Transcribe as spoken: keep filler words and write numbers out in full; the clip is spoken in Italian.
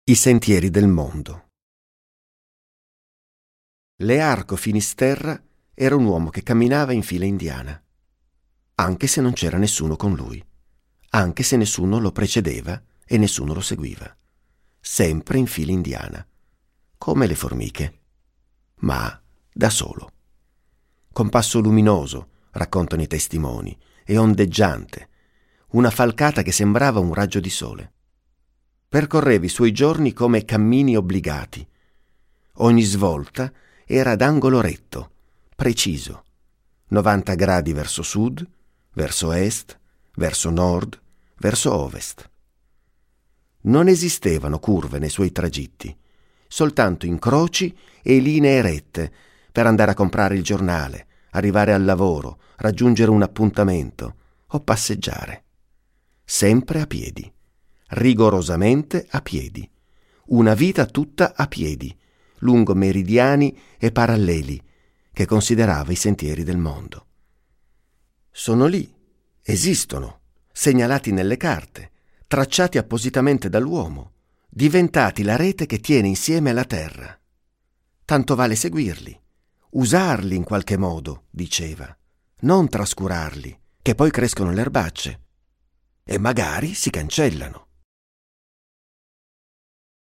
I sentieri del mondo. Learco Finisterra era un uomo che camminava in fila indiana, anche se non c'era nessuno con lui, anche se nessuno lo precedeva e nessuno lo seguiva, sempre in fila indiana, come le formiche, ma da solo. Con passo luminoso, raccontano i testimoni, e ondeggiante, una falcata che sembrava un raggio di sole. Percorreva i suoi giorni come cammini obbligati. Ogni svolta era ad angolo retto, preciso, novanta gradi verso sud, verso est, verso nord, verso ovest. Non esistevano curve nei suoi tragitti, soltanto incroci e linee rette per andare a comprare il giornale, arrivare al lavoro, raggiungere un appuntamento o passeggiare. Sempre a piedi, rigorosamente a piedi, una vita tutta a piedi, lungo meridiani e paralleli che considerava i sentieri del mondo. Sono lì, esistono, segnalati nelle carte, tracciati appositamente dall'uomo, diventati la rete che tiene insieme la terra. Tanto vale seguirli, usarli in qualche modo, diceva, non trascurarli, che poi crescono le erbacce e magari si cancellano.